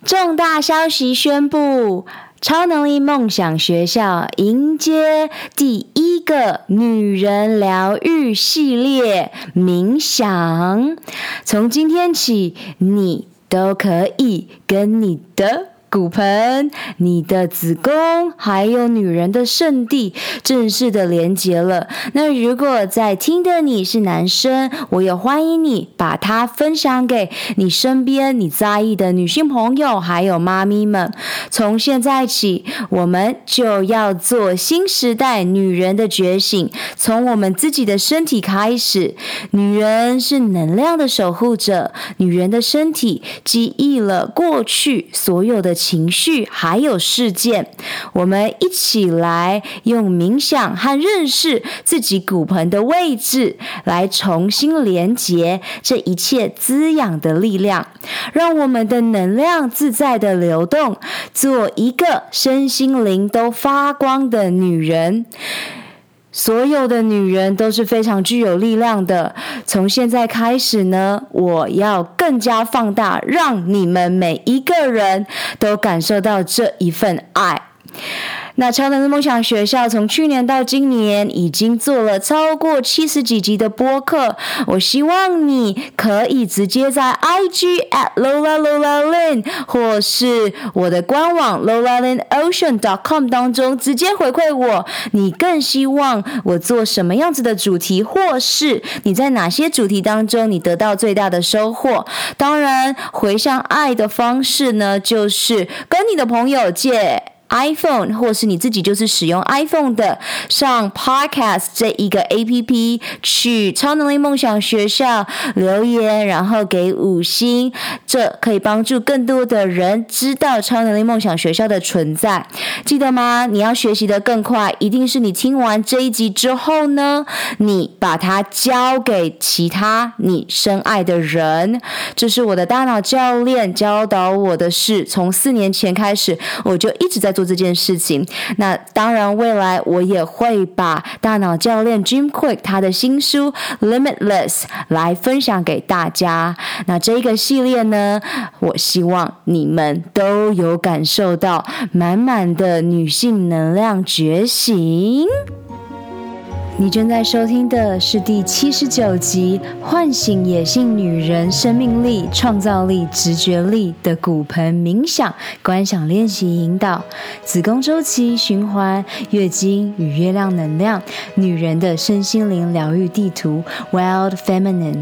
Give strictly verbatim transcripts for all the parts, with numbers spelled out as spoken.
重大消息宣布，超能力梦想学校迎接第一个女人疗愈系列冥想。从今天起，你都可以跟你的骨盆、你的子宫还有女人的圣地正式的连结了。那如果在听的你是男生，我也欢迎你把它分享给你身边你在意的女性朋友还有妈咪们。从现在起，我们就要做新时代女人的觉醒，从我们自己的身体开始。女人是能量的守护者，女人的身体记忆了过去所有的情绪还有事件。我们一起来用冥想和认识自己骨盆的位置来重新连结这一切滋养的力量，让我们的能量自在的流动，做一个身心灵都发光的女人。所有的女人都是非常具有力量的。从现在开始呢，我要更加放大，让你们每一个人都感受到这一份爱。那超能力梦想学校从去年到今年已经做了超过七十几集的播客，我希望你可以直接在 I G at Lola Lola Lin 或是我的官网 lola lin ocean dot com 当中直接回馈我，你更希望我做什么样子的主题，或是你在哪些主题当中你得到最大的收获。当然回向爱的方式呢，就是跟你的朋友借iPhone 或是你自己就是使用 iPhone 的，上 Podcast 这一个 A P P 去超能力梦想学校留言，然后给五星，这可以帮助更多的人知道超能力梦想学校的存在。记得吗？你要学习的更快，一定是你听完这一集之后呢，你把它交给其他你深爱的人。这是我的大脑教练教导我的事，从四年前开始我就一直在做这件事情。那当然未来我也会把大脑教练 Jim Quick 他的新书 Limitless 来分享给大家。那这一个系列呢，我希望你们都有感受到满满的女性能量觉醒。你正在收听的是第七十九集唤醒野性女人生命力、创造力、直觉力的骨盆冥想观想练习引导，子宫周期循环、月经与月亮能量，女人的身心灵疗愈地图 Wild Feminine。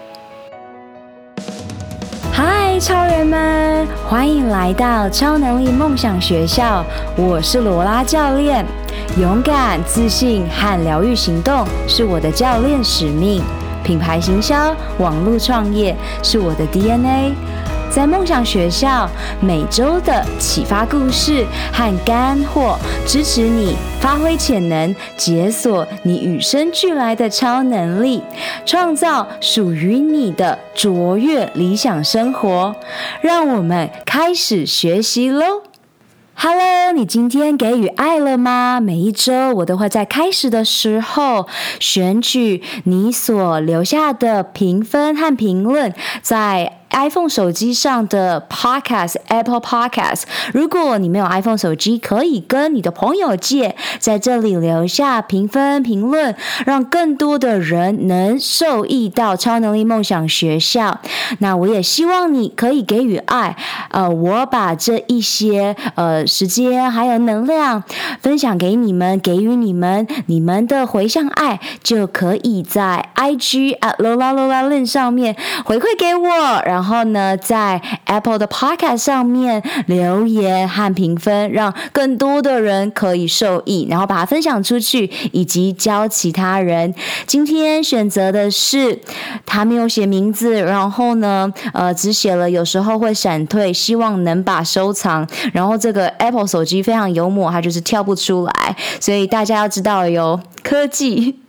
嗨，超人们，欢迎来到超能力梦想学校，我是罗拉教练。勇敢、自信和疗愈行动是我的教练使命，品牌行销、网络创业是我的 D N A。在梦想学校，每周的启发故事和干货，支持你发挥潜能，解锁你与生俱来的超能力，创造属于你的卓越理想生活。让我们开始学习咯。Hello， 你今天给予爱了吗？每一周我都会在开始的时候选取你所留下的评分和评论，在iPhone 手机上的 Podcast Apple Podcast， 如果你没有 iPhone 手机，可以跟你的朋友借，在这里留下评分评论，让更多的人能受益到超能力梦想学校。那我也希望你可以给予爱，呃，我把这一些呃时间还有能量分享给你们，给予你们，你们的回向爱就可以在 I G at Lola Lola Lin 上面回馈给我，然后呢，在 Apple 的 Podcast 上面留言和评分，让更多的人可以受益，然后把它分享出去，以及教其他人。今天选择的是他没有写名字，然后呢，呃，只写了有时候会闪退，希望能把收藏。然后这个 Apple 手机非常幽默，它就是跳不出来，所以大家要知道有科技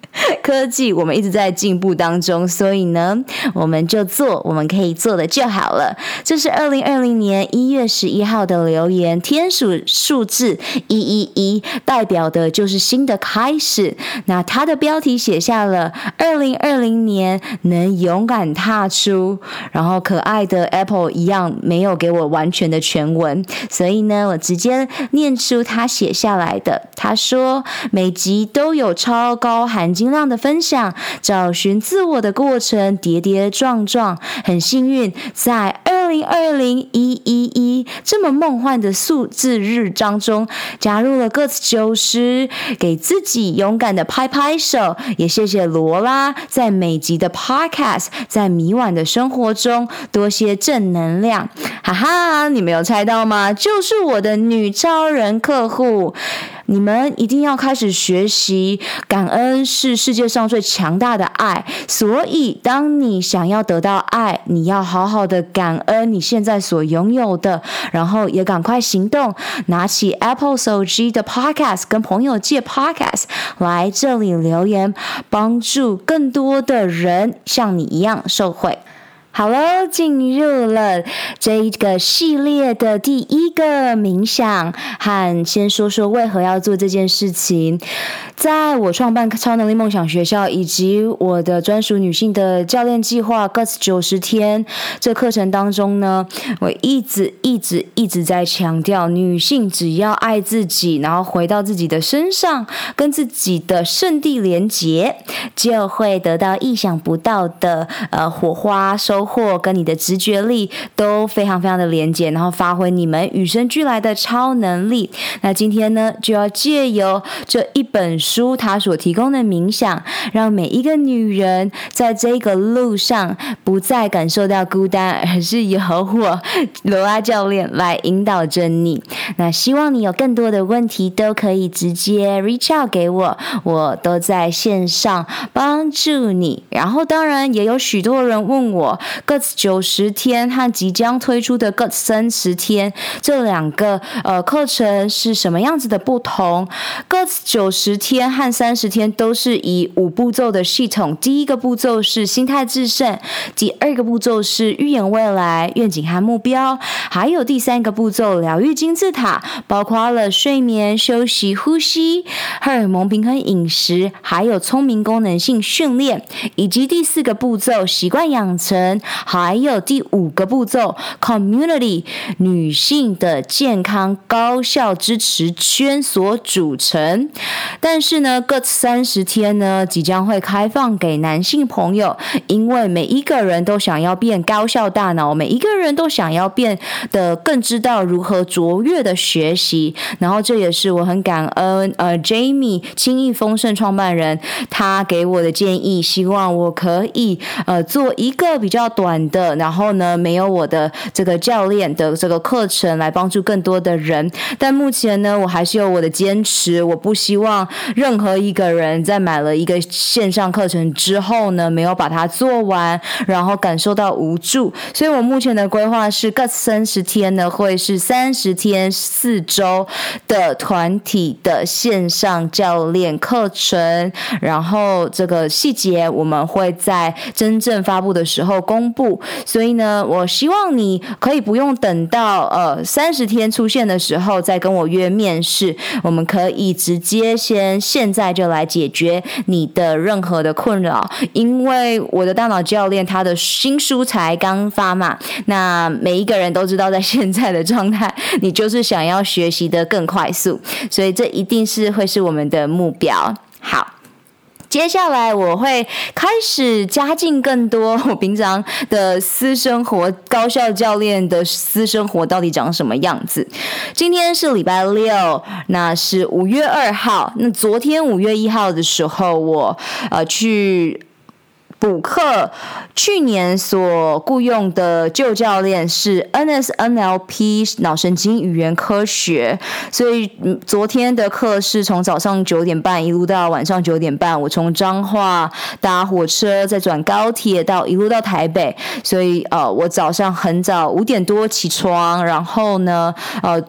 科技我们一直在进步当中，所以呢我们就做我们可以做的就好了。这是二零二零年一月十一号的留言，天数数字一一一代表的就是新的开始。那它的标题写下了二零二零年能勇敢踏出，然后可爱的 Apple 一样没有给我完全的全文，所以呢我直接念出他写下来的。他说每集都有超高含金量的分享，找寻自我的过程跌跌撞撞，很幸运在二零二零年一一一这么梦幻的数字日当中加入了 Guts 九十，给自己勇敢的拍拍手。也谢谢罗拉在每集的 Podcast 在迷惘的生活中多些正能量。哈哈，你们有猜到吗？就是我的女超人客户。你们一定要开始学习感恩是世界上最强大的爱，所以当你想要得到爱，你要好好的感恩你现在所拥有的，然后也赶快行动，拿起 Apple 手机的 Podcast 跟朋友借 Podcast 来这里留言，帮助更多的人像你一样受惠。好了，进入了这一个系列的第一个冥想，和先说说为何要做这件事情。在我创办超能力梦想学校以及我的专属女性的教练计划 Guts 九十天这课程当中呢，我一直一直一直在强调，女性只要爱自己，然后回到自己的身上，跟自己的圣地连结，就会得到意想不到的呃火花收获，跟你的直觉力都非常非常的连结，然后发挥你们与生俱来的超能力。那今天呢，就要借由这一本书它所提供的冥想，让每一个女人在这个路上不再感受到孤单，而是由我罗拉教练来引导着你。那希望你有更多的问题都可以直接 reach out 给我，我都在线上帮助你。然后当然也有许多人问我Guts 九十天和即将推出的 Guts 三十天这两个呃课程是什么样子的不同。 Guts 九十天和三十天都是以五步骤的系统，第一个步骤是心态制胜，第二个步骤是预言未来愿景和目标，还有第三个步骤疗愈金字塔，包括了睡眠休息呼吸荷尔蒙平衡饮食，还有聪明功能性训练，以及第四个步骤习惯养成，还有第五个步骤 Community 女性的健康高效支持圈所组成。但是呢 Guts 三十天呢即将会开放给男性朋友，因为每一个人都想要变高效大脑，每一个人都想要变得更知道如何卓越的学习。然后这也是我很感恩呃 Jamie 轻易丰盛创办人他给我的建议，希望我可以呃做一个比较短的，然后呢没有我的这个教练的这个课程来帮助更多的人。但目前呢我还是有我的坚持，我不希望任何一个人在买了一个线上课程之后呢没有把它做完，然后感受到无助。所以我目前的规划是 Guts 三十天呢会是三十天四周的团体的线上教练课程，然后这个细节我们会在真正发布的时候公布。所以呢我希望你可以不用等到呃三十天出现的时候再跟我约面试，我们可以直接先现在就来解决你的任何的困扰。因为我的大脑教练他的新书才刚发嘛，那每一个人都知道在现在的状态你就是想要学习的更快速，所以这一定是会是我们的目标。好，接下来我会开始加进更多我平常的私生活，高效教练的私生活到底长什么样子。今天是礼拜六，那是五月二号。那昨天五月一号的时候，我呃去补课，去年所雇用的旧教练是 N S N L P 脑神经语言科学，所以昨天的课是从早上九点半一路到晚上九点半，我从彰化搭火车再转高铁到一路到台北，所以呃我早上很早五点多起床，然后呢呃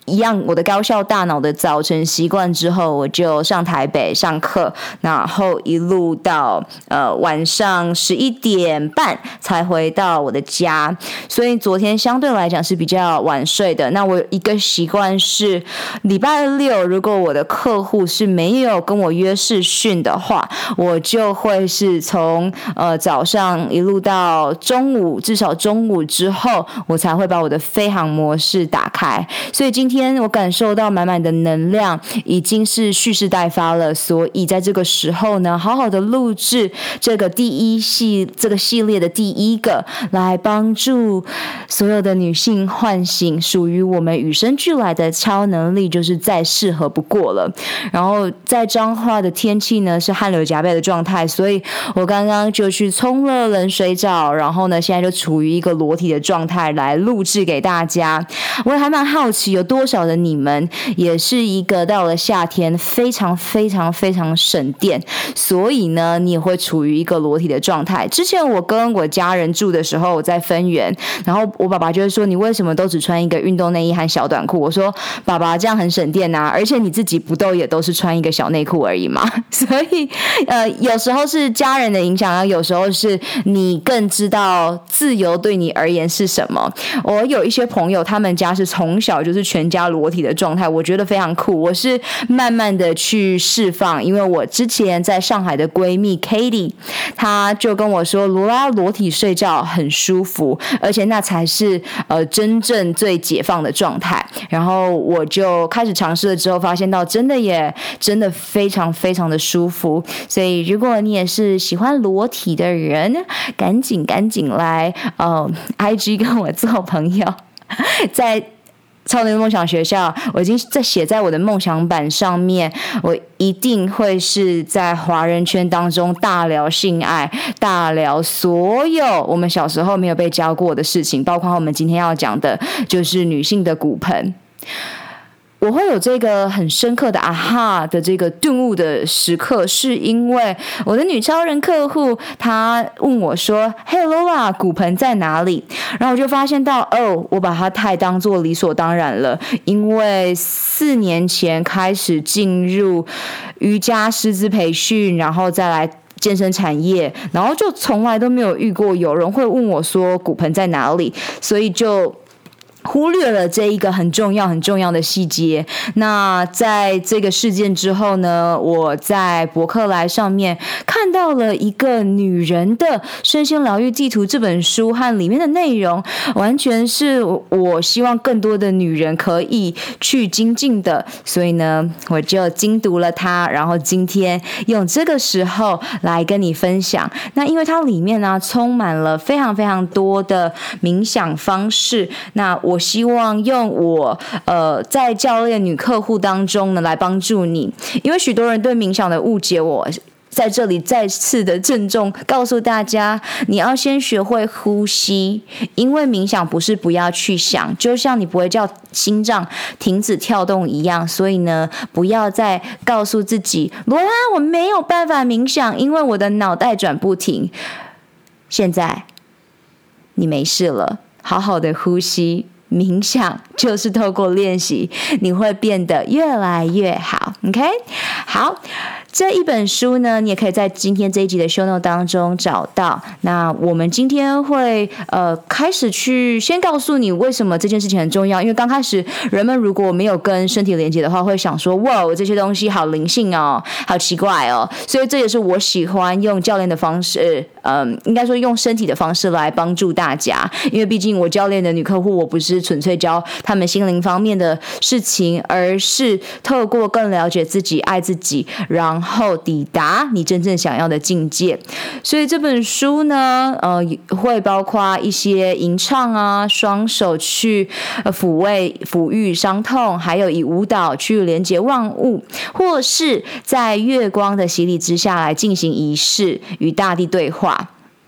一样，我的高效大脑的早晨习惯之后，我就上台北上课，然后一路到呃晚上十一点半才回到我的家，所以昨天相对来讲是比较晚睡的。那我一个习惯是，礼拜六如果我的客户是没有跟我约视讯的话，我就会是从呃早上一路到中午，至少中午之后，我才会把我的飞航模式打开。所以今天今天我感受到满满的能量，已经是蓄势待发了。所以在这个时候呢，好好的录制这个第一系这个系列的第一个，来帮助所有的女性唤醒属于我们与生俱来的超能力，就是再适合不过了。然后在彰化的天气呢是汗流浃背的状态，所以我刚刚就去冲了冷水澡，然后呢现在就处于一个裸体的状态来录制给大家。我也还蛮好奇有多少的你们也是一个到了夏天非常非常非常省电，所以呢你也会处于一个裸体的状态。之前我跟我家人住的时候，我在分园，然后我爸爸就会说，你为什么都只穿一个运动内衣和小短裤？我说爸爸，这样很省电啊，而且你自己不都也都是穿一个小内裤而已嘛。所以呃有时候是家人的影响，有时候是你更知道自由对你而言是什么。我有一些朋友他们家是从小就是全家裸体的状态，我觉得非常酷。我是慢慢的去释放，因为我之前在上海的闺蜜 Katie， 她就跟我说，罗拉裸体睡觉很舒服，而且那才是呃真正最解放的状态。然后我就开始尝试了之后，发现到真的也真的非常非常的舒服。所以如果你也是喜欢裸体的人，赶紧赶紧来呃 I G 跟我做朋友。在超能力梦想学校，我已经在写在我的梦想板上面，我一定会是在华人圈当中大聊性爱，大聊所有我们小时候没有被教过的事情，包括我们今天要讲的就是女性的骨盆。我会有这个很深刻的啊哈的这个顿悟的时刻，是因为我的女超人客户她问我说，嘿 Lola， 骨盆在哪里？然后我就发现到，哦，我把它太当作理所当然了，因为四年前开始进入瑜伽师资培训，然后再来健身产业，然后就从来都没有遇过有人会问我说骨盆在哪里，所以就忽略了这一个很重要很重要的细节。那在这个事件之后呢，我在博客来上面看到了一个女人的身心疗愈地图这本书和里面的内容，完全是我希望更多的女人可以去精进的，所以呢我就精读了它，然后今天用这个时候来跟你分享。那因为它里面呢充满了非常非常多的冥想方式，那我我希望用我呃在教练女客户当中呢来帮助你，因为许多人对冥想的误解，我在这里再次的郑重告诉大家，你要先学会呼吸，因为冥想不是不要去想，就像你不会叫心脏停止跳动一样，所以呢不要再告诉自己，罗拉我没有办法冥想，因为我的脑袋转不停。现在你没事了，好好的呼吸，冥想就是透过练习，你会变得越来越好。 OK， 好，这一本书呢你也可以在今天这一集的 show note 当中找到。那我们今天会呃开始去先告诉你为什么这件事情很重要，因为刚开始人们如果没有跟身体连接的话，会想说哇这些东西好灵性哦，好奇怪哦，所以这也是我喜欢用教练的方式，嗯，应该说用身体的方式来帮助大家，因为毕竟我教练的女客户，我不是纯粹教他们心灵方面的事情，而是透过更了解自己，爱自己，然后抵达你真正想要的境界。所以这本书呢呃，会包括一些吟唱啊，双手去抚慰抚育伤痛，还有以舞蹈去连接万物，或是在月光的洗礼之下来进行仪式，与大地对话。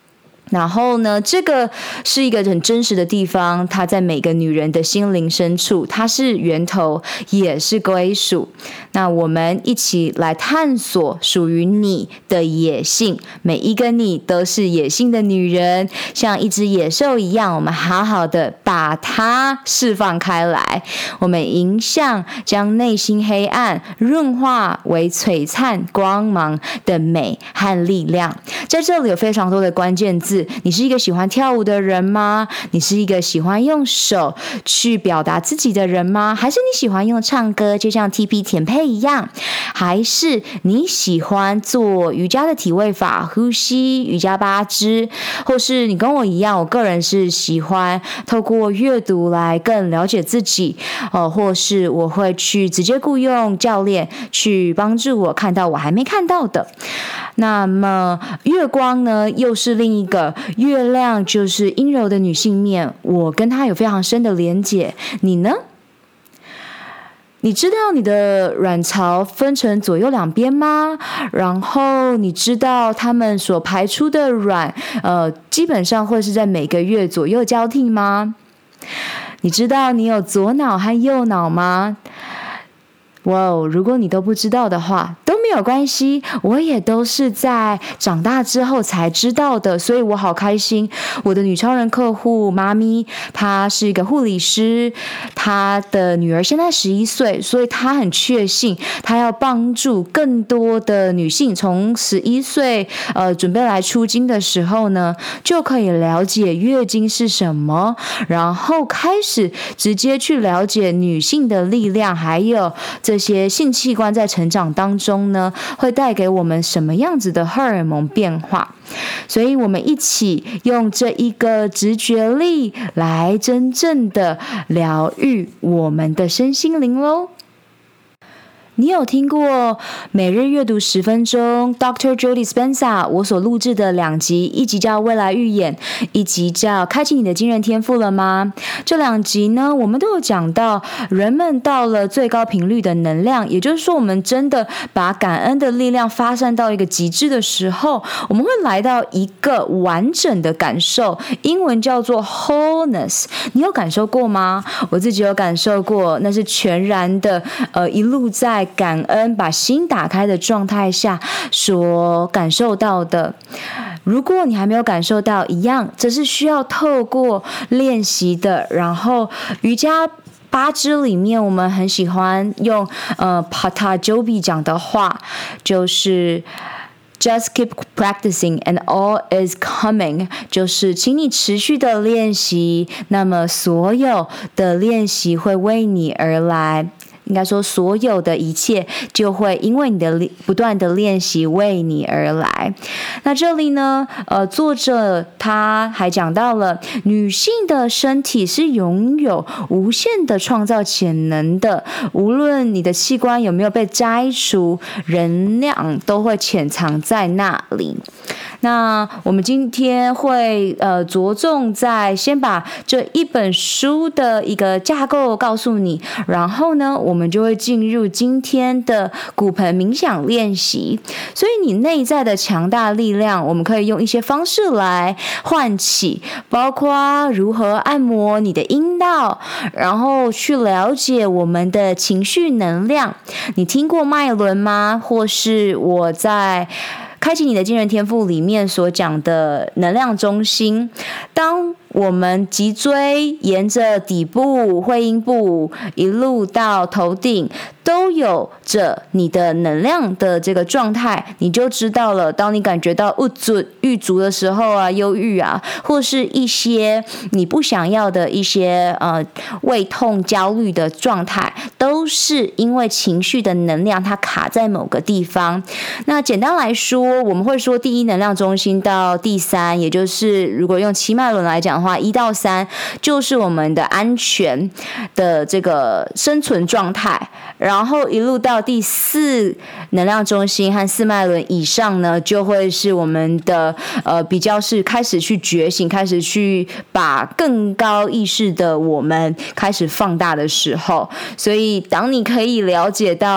然后呢，这个是一个很真实的地方，它在每个女人的心灵深处，它是源头，也是归属。那我们一起来探索属于你的野性，每一个你都是野性的女人，像一只野兽一样，我们好好的把它释放开来，我们迎向将内心黑暗润化为璀璨光芒的美和力量。在这里有非常多的关键字，你是一个喜欢跳舞的人吗？你是一个喜欢用手去表达自己的人吗？还是你喜欢用唱歌，就像 T P 田佩一样？还是你喜欢做瑜伽的体位法，呼吸瑜伽八支？或是你跟我一样，我个人是喜欢透过阅读来更了解自己，呃，或是我会去直接雇佣教练去帮助我看到我还没看到的。那么月光呢，又是另一个，月亮就是阴柔的女性面，我跟她有非常深的连结。你呢？你知道你的卵巢分成左右两边吗？然后你知道他们所排出的卵，呃，基本上会是在每个月左右交替吗？你知道你有左脑和右脑吗？哇哦，如果你都不知道的话，都没有关系，我也都是在长大之后才知道的，所以我好开心。我的女超人客户妈咪，她是一个护理师，她的女儿现在十一岁，所以她很确信，她要帮助更多的女性，从十一岁呃准备来出经的时候呢，就可以了解月经是什么，然后开始直接去了解女性的力量，还有这些性器官在成长当中呢，会带给我们什么样子的荷尔蒙变化。所以我们一起用这一个直觉力来真正的疗愈我们的身心灵咯。你有听过每日阅读十分钟 Doctor Jody Spencer 我所录制的两集，一集叫未来预演，一集叫开启你的惊人天赋了吗？这两集呢，我们都有讲到人们到了最高频率的能量，也就是说我们真的把感恩的力量发散到一个极致的时候，我们会来到一个完整的感受，英文叫做 wholeness。 你有感受过吗？我自己有感受过，那是全然的呃，一路在感恩把心打开的状态下所感受到的。如果你还没有感受到，一样这是需要透过练习的。然后瑜伽八支里面我们很喜欢用呃 Patanjali 讲的话，就是 Just keep practicing and all is coming， 就是请你持续的练习，那么所有的练习会为你而来，应该说所有的一切就会因为你的不断的练习为你而来。那这里呢，呃，作者他还讲到了女性的身体是拥有无限的创造潜能的，无论你的器官有没有被摘除，能量都会潜藏在那里。那我们今天会呃着重在先把这一本书的一个架构告诉你，然后呢我们就会进入今天的骨盆冥想练习。所以你内在的强大力量，我们可以用一些方式来唤起，包括如何按摩你的阴道，然后去了解我们的情绪能量。你听过脉轮吗？或是我在开启你的惊人天赋里面所讲的能量中心，当我们脊椎沿着底部、会阴部一路到头顶，都有着你的能量的这个状态，你就知道了。当你感觉到不足、郁足的时候啊，忧郁啊，或是一些你不想要的一些呃胃痛、焦虑的状态，都是因为情绪的能量它卡在某个地方。那简单来说，我们会说第一能量中心到第三，也就是如果用七脉轮来讲的话，一到三就是我们的安全的这个生存状态，然后一路到第四能量中心和四脉轮以上呢，就会是我们的呃比较是开始去觉醒，开始去把更高意识的我们开始放大的时候。所以当你可以了解到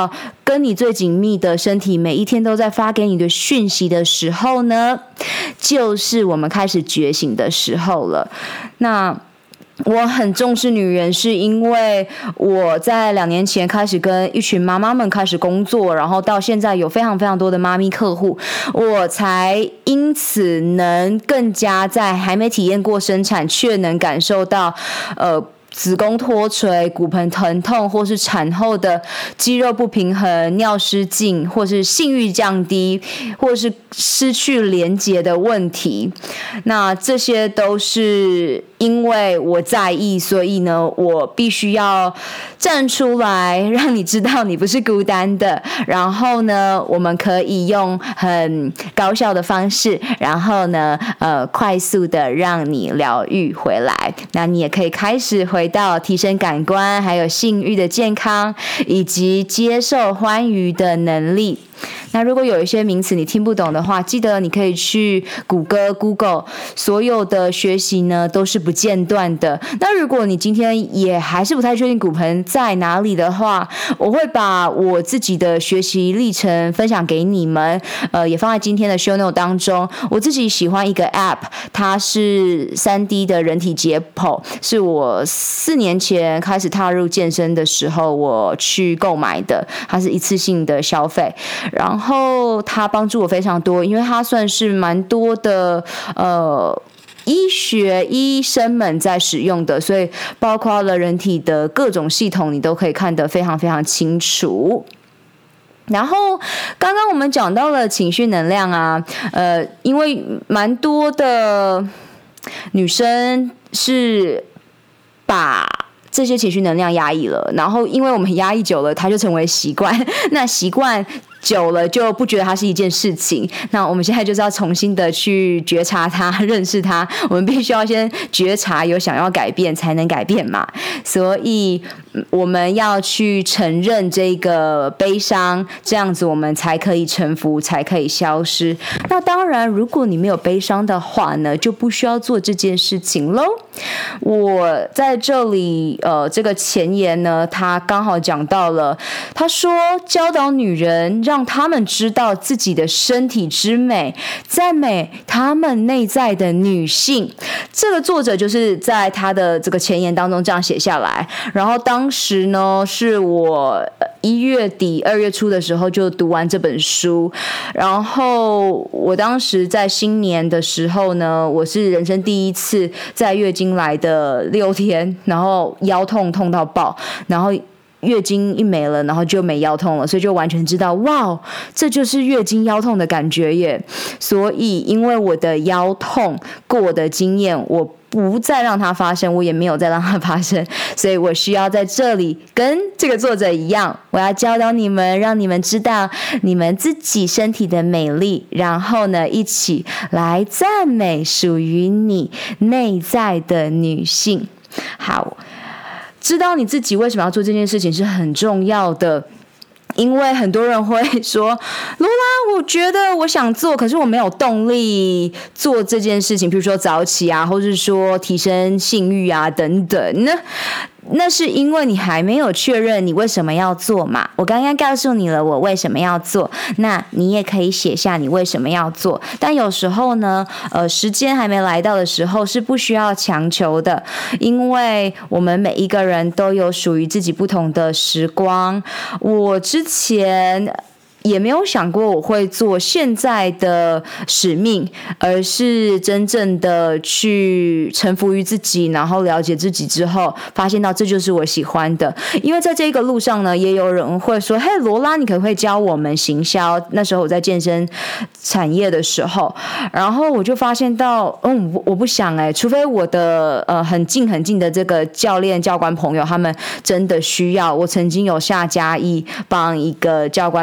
跟你最紧密的身体每一天都在发给你的讯息的时候呢，就是我们开始觉醒的时候了。那我很重视女人，是因为我在两年前开始跟一群妈妈们开始工作，然后到现在有非常非常多的妈咪客户，我才因此能更加在还没体验过生产，却能感受到呃子宫脱垂、骨盆疼痛，或是产后的肌肉不平衡、尿失禁，或是性欲降低，或是失去连结的问题。那这些都是因为我在意，所以呢，我必须要站出来，让你知道你不是孤单的。然后呢，我们可以用很高效的方式，然后呢，呃，快速的让你疗愈回来。那你也可以开始回到提升感官，还有性欲的健康，以及接受欢愉的能力。那如果有一些名词你听不懂的话，记得你可以去谷歌 Google， 所有的学习呢都是不间断的。那如果你今天也还是不太确定骨盆在哪里的话，我会把我自己的学习历程分享给你们，呃，也放在今天的 show note 当中。我自己喜欢一个 app， 它是 三 D 的人体解剖，是我四年前开始踏入健身的时候我去购买的，它是一次性的消费。然后它帮助我非常多，因为它算是蛮多的呃医学医生们在使用的，所以包括了人体的各种系统，你都可以看得非常非常清楚。然后刚刚我们讲到了情绪能量啊，呃，因为蛮多的女生是把这些情绪能量压抑了，然后因为我们压抑久了，它就成为习惯。那习惯久了就不觉得它是一件事情。那我们现在就是要重新的去觉察它、认识它。我们必须要先觉察，有想要改变才能改变嘛。所以我们要去承认这个悲伤，这样子我们才可以臣服，才可以消失。那当然，如果你没有悲伤的话呢，就不需要做这件事情咯。我在这里，呃，这个前言呢，他刚好讲到了，他说教导女人，让他们知道自己的身体之美，赞美他们内在的女性。这个作者就是在他的这个前言当中这样写下来。然后当时呢，是我一月底二月初的时候就读完这本书。然后我当时在新年的时候呢，我是人生第一次在月经来的六天，然后腰痛痛到爆，然后月经一没了，然后就没腰痛了，所以就完全知道，哇，这就是月经腰痛的感觉耶。所以因为我的腰痛过的经验，我不再让它发生，我也没有再让它发生，所以我需要在这里跟这个作者一样，我要教导你们，让你们知道你们自己身体的美丽，然后呢，一起来赞美属于你内在的女性。好，知道你自己为什么要做这件事情是很重要的。因为很多人会说，罗拉，我觉得我想做，可是我没有动力做这件事情，比如说早起啊，或是说提升性欲啊等等。那那是因为你还没有确认你为什么要做嘛。我刚刚告诉你了我为什么要做，那你也可以写下你为什么要做。但有时候呢，呃，时间还没来到的时候是不需要强求的，因为我们每一个人都有属于自己不同的时光。我之前也没有想过我会做现在的使命，而是真正的去臣服于自己，然后了解自己之后，发现到这就是我喜欢的。因为在这个路上呢，也有人会说，嘿，罗拉，你可不可以教我们行销？那时候我在健身产业的时候，然后我就发现到，嗯，我不想哎、欸，除非我的呃很近很近的这个教练教官朋友，他们真的需要。我曾经有下嘉义帮一个教官培训。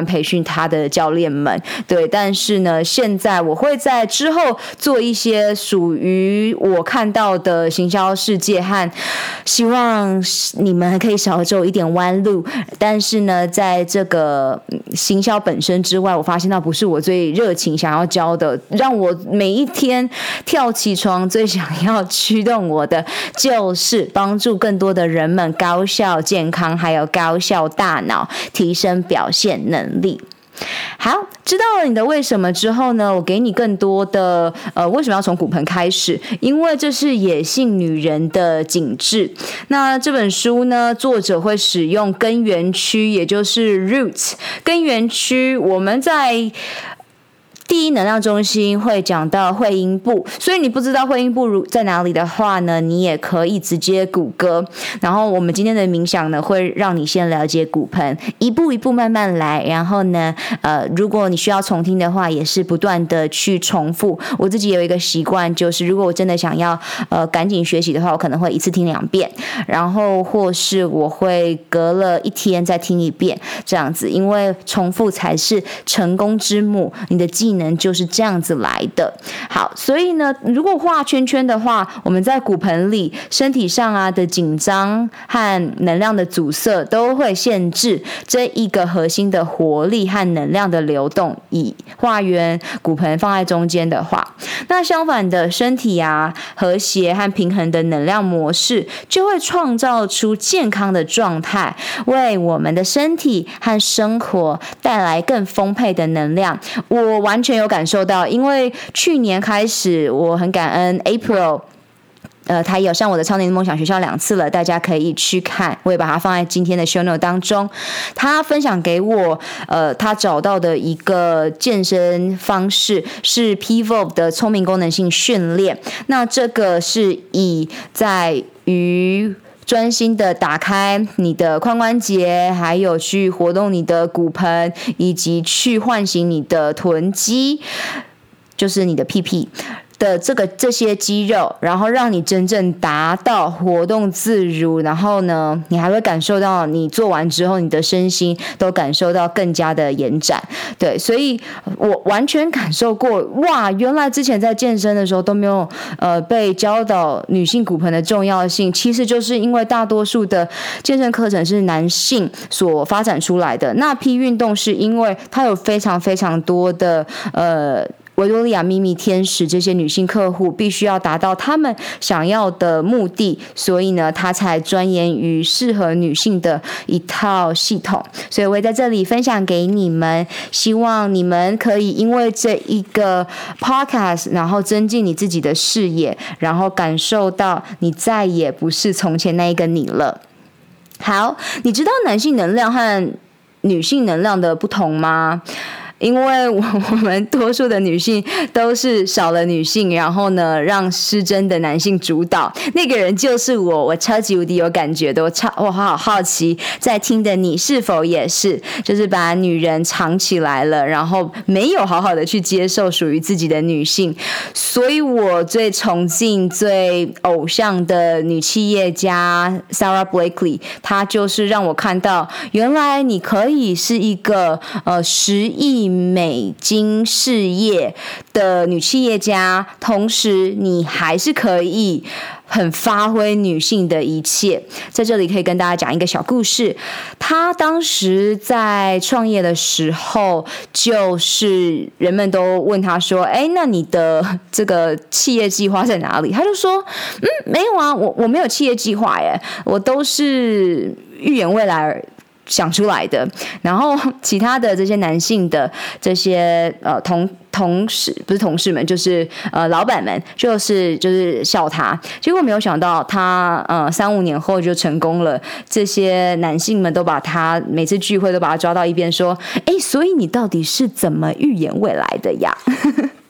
他的教练们。对，但是呢，现在我会在之后做一些属于我看到的行销世界，和希望你们可以少走一点弯路。但是呢，在这个行销本身之外，我发现到不是我最热情想要教的，让我每一天跳起床最想要驱动我的，就是帮助更多的人们高效健康，还有高效大脑，提升表现能力。好，知道了你的为什么之后呢，我给你更多的呃为什么要从骨盆开始，因为这是野性女人的紧致。那这本书呢，作者会使用根源区，也就是 roots 根源区，我们在第一能量中心会讲到会阴部，所以你不知道会阴部在哪里的话呢，你也可以直接谷歌。然后我们今天的冥想呢，会让你先了解骨盆，一步一步慢慢来。然后呢，呃，如果你需要重听的话，也是不断的去重复。我自己有一个习惯，就是如果我真的想要呃赶紧学习的话，我可能会一次听两遍，然后或是我会隔了一天再听一遍，这样子，因为重复才是成功之母，你的技能就是这样子来的。好，所以呢，如果画圈圈的话，我们在骨盆里身体上啊的紧张和能量的阻塞都会限制这一个核心的活力和能量的流动。以画圆骨盆放在中间的话，那相反的，身体啊和谐和平衡的能量模式就会创造出健康的状态，为我们的身体和生活带来更丰沛的能量。我完全有感受到，因为去年开始，我很感恩 April。呃，他有上我的超能力梦想学校两次了，大家可以去看，我也把它放在今天的 show note 当中。他分享给我，呃，他找到的一个健身方式是 P V O 的聪明功能性训练。那这个是以在于专心的打开你的髋关节，还有去活动你的骨盆，以及去唤醒你的臀肌，就是你的屁屁的这个这些肌肉，然后让你真正达到活动自如，然后呢，你还会感受到你做完之后，你的身心都感受到更加的延展。对，所以我完全感受过，哇，原来之前在健身的时候都没有呃被教导女性骨盆的重要性，其实就是因为大多数的健身课程是男性所发展出来的。那 P 运动是因为它有非常非常多的呃。维多利亚秘密天使这些女性客户必须要达到他们想要的目的，所以呢，他才钻研于适合女性的一套系统。所以我也在这里分享给你们，希望你们可以因为这一个 podcast， 然后增进你自己的视野，然后感受到你再也不是从前那一个你了。好，你知道男性能量和女性能量的不同吗？因为我们多数的女性都是少了女性，然后呢让失真的男性主导，那个人就是我，我超级无敌有感觉的，我超我好好奇在听的你是否也是，就是把女人藏起来了，然后没有好好的去接受属于自己的女性。所以我最崇敬最偶像的女企业家 Sarah Blakely， 她就是让我看到原来你可以是一个呃十亿美金事业的女企业家，同时你还是可以很发挥女性的一切。在这里可以跟大家讲一个小故事，她当时在创业的时候，就是人们都问她说，哎，那你的这个企业计划在哪里？她就说，嗯，没有啊，我我没有企业计划耶，我都是预言未来想出来的。然后其他的这些男性的这些呃同同事不是同事们，就是呃老板们，就是就是笑他。结果没有想到他呃三五年后就成功了。这些男性们都把他每次聚会都把他抓到一边说：“哎，所以你到底是怎么预言未来的呀？”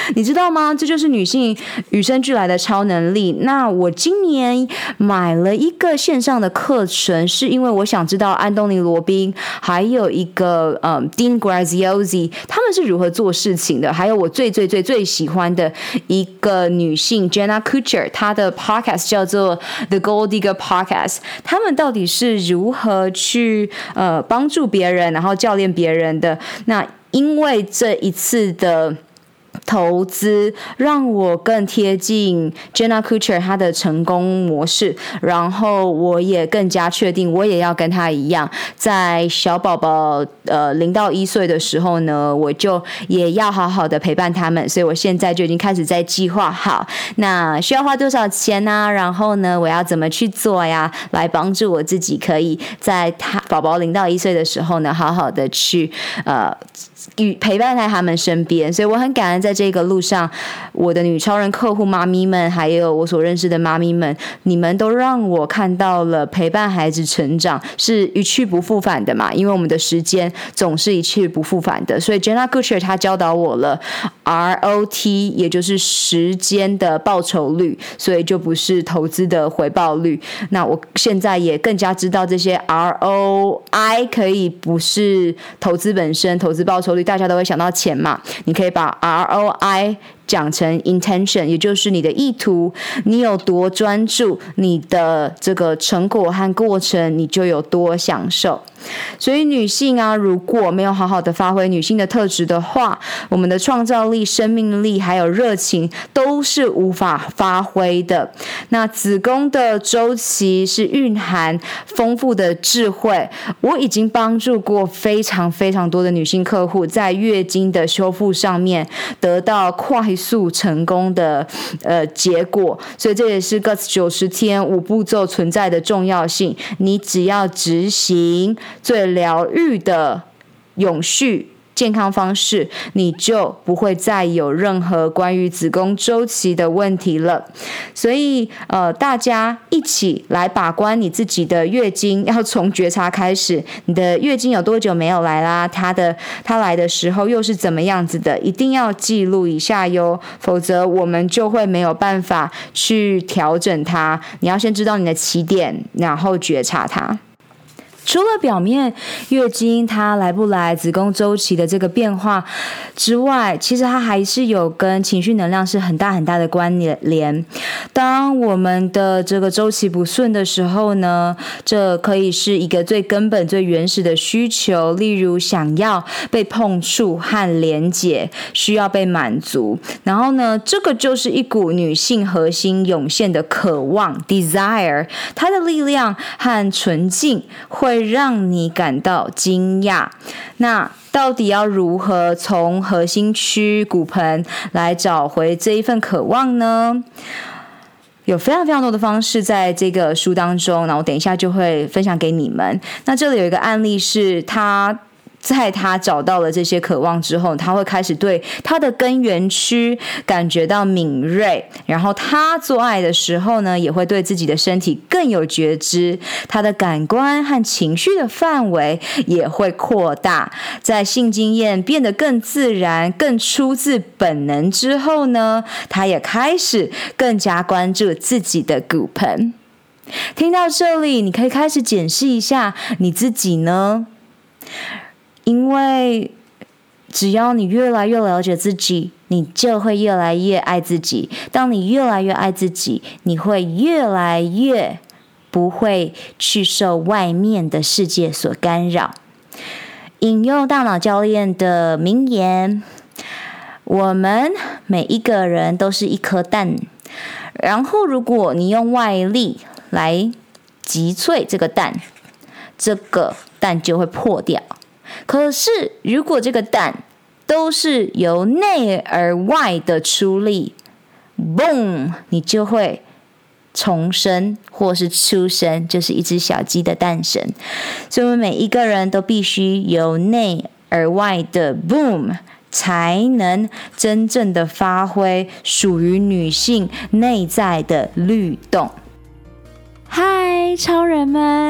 你知道吗？这就是女性与生俱来的超能力。那我今年买了一个线上的课程，是因为我想知道安东尼罗宾还有一个嗯 Dean Graziosi 他们是如何做事情的，还有我最最最最喜欢的一个女性 Jenna Kutcher， 她的 podcast 叫做 The Gold Digger Podcast， 他们到底是如何去呃帮助别人，然后教练别人的。那因为这一次的投资让我更贴近 Jenna Kutcher 她的成功模式，然后我也更加确定我也要跟她一样，在小宝宝呃零到一岁的时候呢，我就也要好好的陪伴他们。所以我现在就已经开始在计划好，那需要花多少钱啊，然后呢我要怎么去做呀，来帮助我自己可以在他宝宝零到一岁的时候呢，好好的去呃与陪伴在他们身边。所以我很感恩在这个路上，我的女超人客户妈咪们，还有我所认识的妈咪们，你们都让我看到了陪伴孩子成长是一去不复返的嘛，因为我们的时间总是一去不复返的。所以 Jenna Kutcher 她教导我了 R O T， 也就是时间的报酬率，所以就不是投资的回报率。那我现在也更加知道这些 R O I 可以不是投资本身，投资报酬率大家都会想到钱嘛，你可以把 R O I 讲成 intention， 也就是你的意图，你有多专注，你的这个成果和过程你就有多享受。所以女性啊，如果没有好好的发挥女性的特质的话，我们的创造力、生命力还有热情都是无法发挥的。那子宫的周期是蕴含丰富的智慧，我已经帮助过非常非常多的女性客户在月经的修复上面得到快速成功的呃结果，所以这也是 Guts 九十天五步骤存在的重要性。你只要执行最疗愈的永续健康方式，你就不会再有任何关于子宫周期的问题了。所以呃，大家一起来把关你自己的月经，要从觉察开始。你的月经有多久没有来啦？它的它来的时候又是怎么样子的？一定要记录一下哟，否则我们就会没有办法去调整它。你要先知道你的起点，然后觉察它。除了表面月经它来不来、子宫周期的这个变化之外，其实它还是有跟情绪能量是很大很大的关联。当我们的这个周期不顺的时候呢，这可以是一个最根本、最原始的需求，例如想要被碰触和连结，需要被满足。然后呢，这个就是一股女性核心涌现的渴望 desire， 它的力量和纯净会让你感到惊讶。那到底要如何从核心区骨盆来找回这一份渴望呢？有非常非常多的方式在这个书当中，那我等一下就会分享给你们。那这里有一个案例是他在他找到了这些渴望之后，他会开始对他的根源区感觉到敏锐，然后他做爱的时候呢，也会对自己的身体更有觉知，他的感官和情绪的范围也会扩大。在性经验变得更自然、更出自本能之后呢，他也开始更加关注自己的骨盆。听到这里，你可以开始检视一下你自己呢，因为只要你越来越了解自己，你就会越来越爱自己。当你越来越爱自己，你会越来越不会去受外面的世界所干扰。引用大脑教练的名言，我们每一个人都是一颗蛋，然后如果你用外力来击碎这个蛋，这个蛋就会破掉。可是如果这个蛋都是由内而外的出力， boom， 你就会重生或是出生，就是一只小鸡的诞生。所以我们每一个人都必须由内而外的 boom， 才能真正的发挥属于女性内在的律动。嗨，超人们，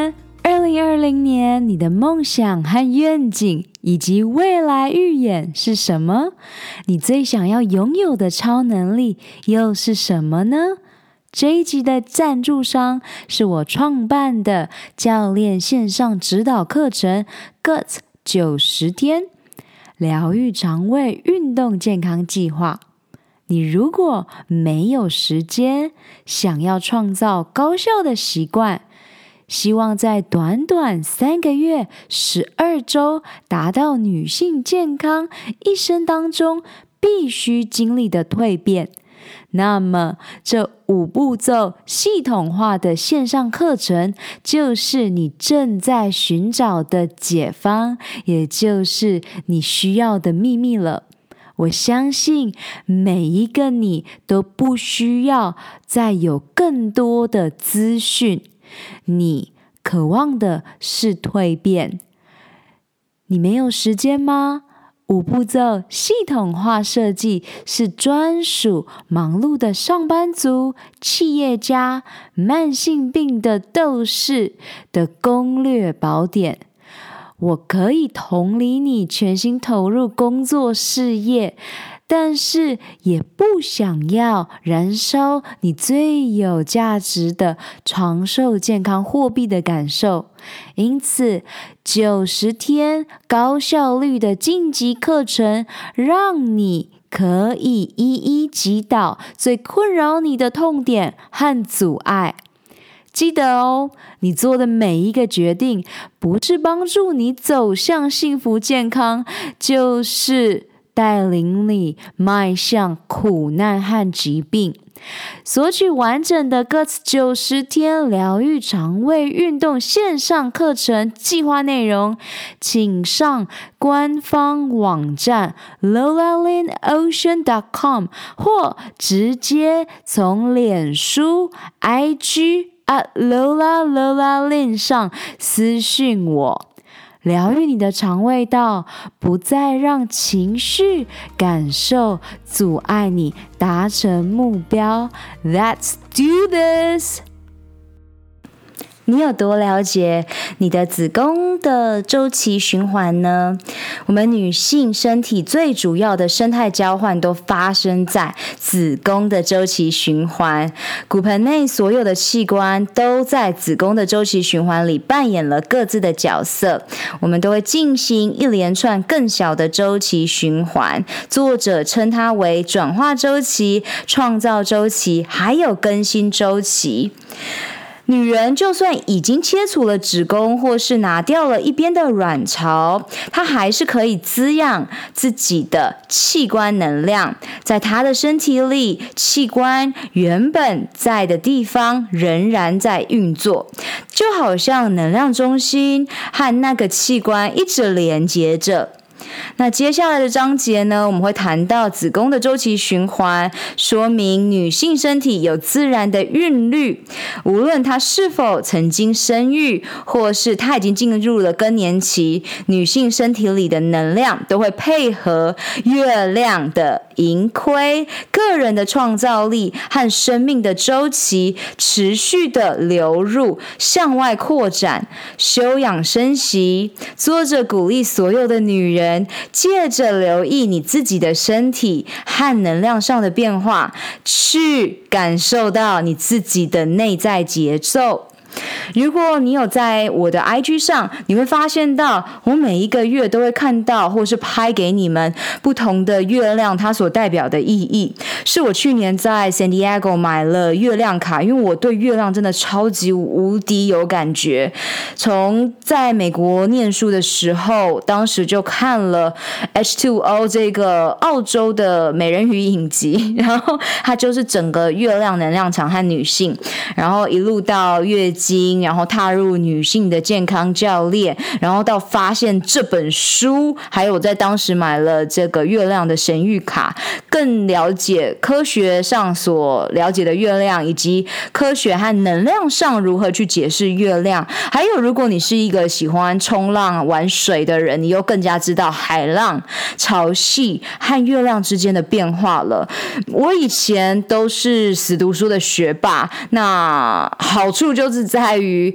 二零二零年你的梦想和愿景以及未来预演是什么？你最想要拥有的超能力又是什么呢？这一集的赞助商是我创办的教练线上指导课程 Guts 九十天疗愈肠胃运动健康计划。你如果没有时间，想要创造高效的习惯，希望在短短三个月、十二周达到女性健康一生当中必须经历的蜕变，那么这五步骤系统化的线上课程就是你正在寻找的解方，也就是你需要的秘密了。我相信每一个你都不需要再有更多的资讯，你渴望的是蜕变。你没有时间吗？五步骤系统化设计是专属忙碌的上班族、企业家、慢性病的斗士的攻略宝典。我可以同理你全心投入工作事业，但是也不想要燃烧你最有价值的长寿健康货币的感受。因此，九十天高效率的晋级课程，让你可以一一击倒最困扰你的痛点和阻碍。记得哦，你做的每一个决定，不是帮助你走向幸福健康，就是带领你迈向苦难和疾病。索取完整的 Guts 九十天疗愈肠胃运动线上课程计划内容，请上官方网站 lola lin ocean dot com 或直接从脸书 I G at lola lola lin 上私讯我。疗愈你的肠胃道，不再让情绪感受阻碍你达成目标。Let's do this！你有多了解你的子宫的周期循环呢？我们女性身体最主要的生态交换都发生在子宫的周期循环。骨盆内所有的器官都在子宫的周期循环里扮演了各自的角色。我们都会进行一连串更小的周期循环，作者称它为转化周期、创造周期，还有更新周期。女人就算已经切除了子宫，或是拿掉了一边的卵巢，她还是可以滋养自己的器官能量。在她的身体里，器官原本在的地方仍然在运作，就好像能量中心和那个器官一直连接着。那接下来的章节呢，我们会谈到子宫的周期循环，说明女性身体有自然的韵律，无论她是否曾经生育，或是她已经进入了更年期，女性身体里的能量都会配合月亮的盈亏、个人的创造力和生命的周期持续的流入，向外扩展，休养生息。作者鼓励所有的女人借着留意你自己的身体和能量上的变化，去感受到你自己的内在节奏。如果你有在我的 I G 上，你会发现到我每一个月都会看到或是拍给你们不同的月亮它所代表的意义。是我去年在 San Diego 买了月亮卡，因为我对月亮真的超级无敌有感觉。从在美国念书的时候，当时就看了 H 二 O 这个澳洲的美人鱼影集，然后它就是整个月亮能量场和女性，然后一路到月经，然后踏入女性的健康教练，然后到发现这本书，还有在当时买了这个月亮的神谕卡，更了解科学上所了解的月亮，以及科学和能量上如何去解释月亮。还有如果你是一个喜欢冲浪玩水的人，你又更加知道海浪、潮汐和月亮之间的变化了。我以前都是死读书的学霸，那好处就是在于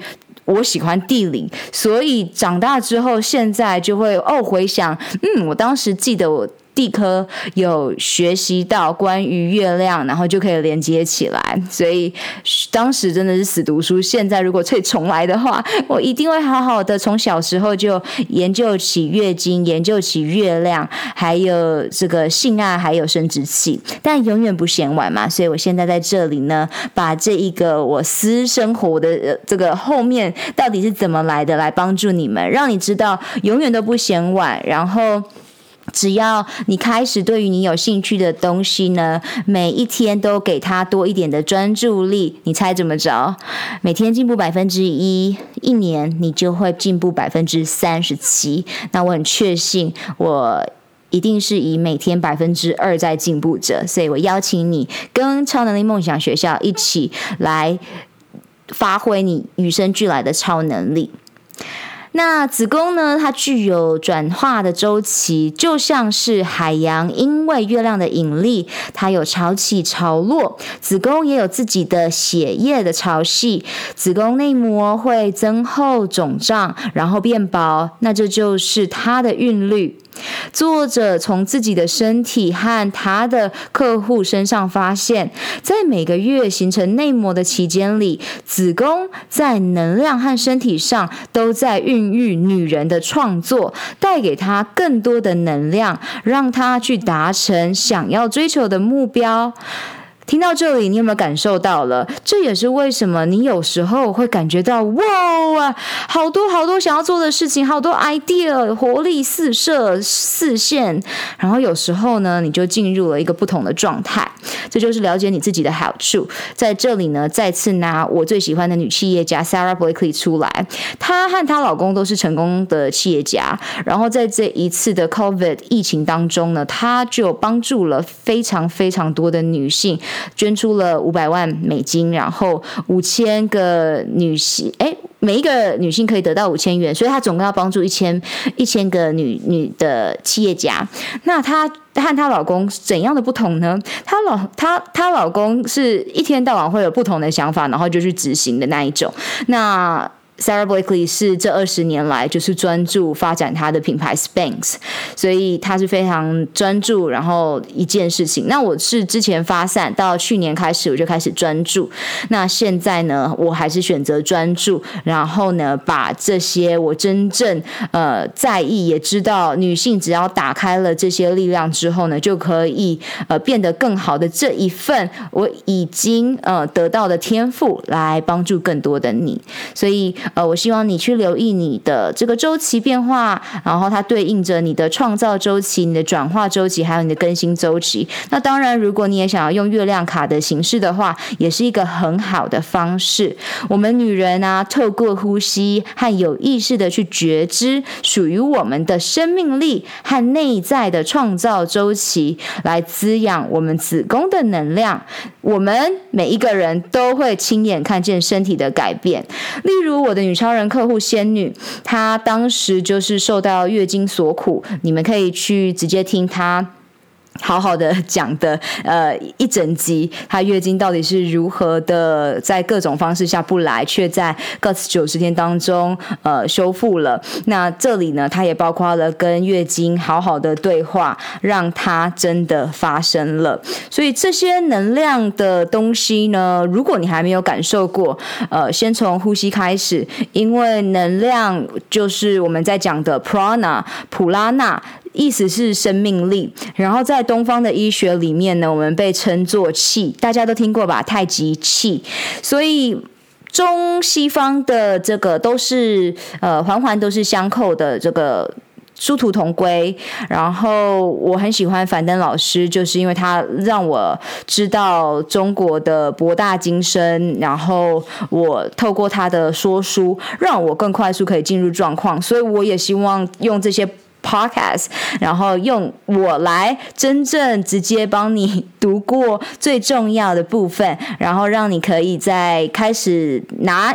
我喜欢地理，所以长大之后现在就会哦回想，嗯，我当时记得我地科有学习到关于月亮，然后就可以连接起来，所以当时真的是死读书。现在如果可以重来的话，我一定会好好的从小时候就研究起月经，研究起月亮，还有这个性爱，还有生殖器，但永远不嫌晚嘛。所以我现在在这里呢，把这一个我私生活的这个后面到底是怎么来的，来帮助你们，让你知道永远都不嫌晚，然后只要你开始对于你有兴趣的东西呢，每一天都给他多一点的专注力，你猜怎么着？每天进步百分之一，一年你就会进步百分之三十七。那我很确信，我一定是以每天百分之二在进步着，所以我邀请你跟超能力梦想学校一起来发挥你与生俱来的超能力。那子宫呢，它具有转化的周期，就像是海洋，因为月亮的引力，它有潮起潮落，子宫也有自己的血液的潮汐，子宫内膜会增厚肿胀，然后变薄，那这就是它的韵律。作者从自己的身体和他的客户身上发现，在每个月形成内膜的期间里，子宫在能量和身体上都在孕育女人的创作，带给她更多的能量，让她去达成想要追求的目标。听到这里，你有没有感受到了？这也是为什么你有时候会感觉到哇啊，好多好多想要做的事情，好多 idea， 活力四射四现，然后有时候呢，你就进入了一个不同的状态。这就是了解你自己的好处。在这里呢，再次拿我最喜欢的女企业家 Sara Blakely 出来，她和她老公都是成功的企业家，然后在这一次的 COVID 疫情当中呢，她就帮助了非常非常多的女性，捐出了五百万美金，然后五千个女性，哎，每一个女性可以得到五千元，所以她总共要帮助一千一千个女女的企业家。那她和她老公怎样的不同呢？她老她她老公是一天到晚会有不同的想法，然后就去执行的那一种。那Sara Blakely 是这二十年来就是专注发展她的品牌 Spanx， 所以她是非常专注，然后一件事情。那我是之前发散到去年开始我就开始专注，那现在呢我还是选择专注，然后呢把这些我真正呃在意，也知道女性只要打开了这些力量之后呢，就可以呃变得更好的这一份我已经呃得到的天赋来帮助更多的你。所以呃，我希望你去留意你的这个周期变化，然后它对应着你的创造周期、你的转化周期，还有你的更新周期。那当然，如果你也想要用月亮卡的形式的话，也是一个很好的方式。我们女人啊，透过呼吸和有意识的去觉知属于我们的生命力和内在的创造周期，来滋养我们子宫的能量。我们每一个人都会亲眼看见身体的改变。例如我的女超人客户仙女，她当时就是受到月经所苦，你们可以去直接听她好好的讲的呃一整集，她月经到底是如何的在各种方式下不来，却在 Guts 九十天当中呃修复了。那这里呢，她也包括了跟月经好好的对话，让她真的发生了。所以这些能量的东西呢，如果你还没有感受过，呃，先从呼吸开始，因为能量就是我们在讲的 prana 普拉纳。意思是生命力，然后在东方的医学里面呢，我们被称作气，大家都听过吧？太极气，所以中西方的这个都是呃环环都是相扣的这个。殊途同归，然后我很喜欢樊登老师，就是因为他让我知道中国的博大精深，然后我透过他的说书，让我更快速可以进入状况，所以我也希望用这些podcast， 然后用我来真正直接帮你读过最重要的部分，然后让你可以在开始拿一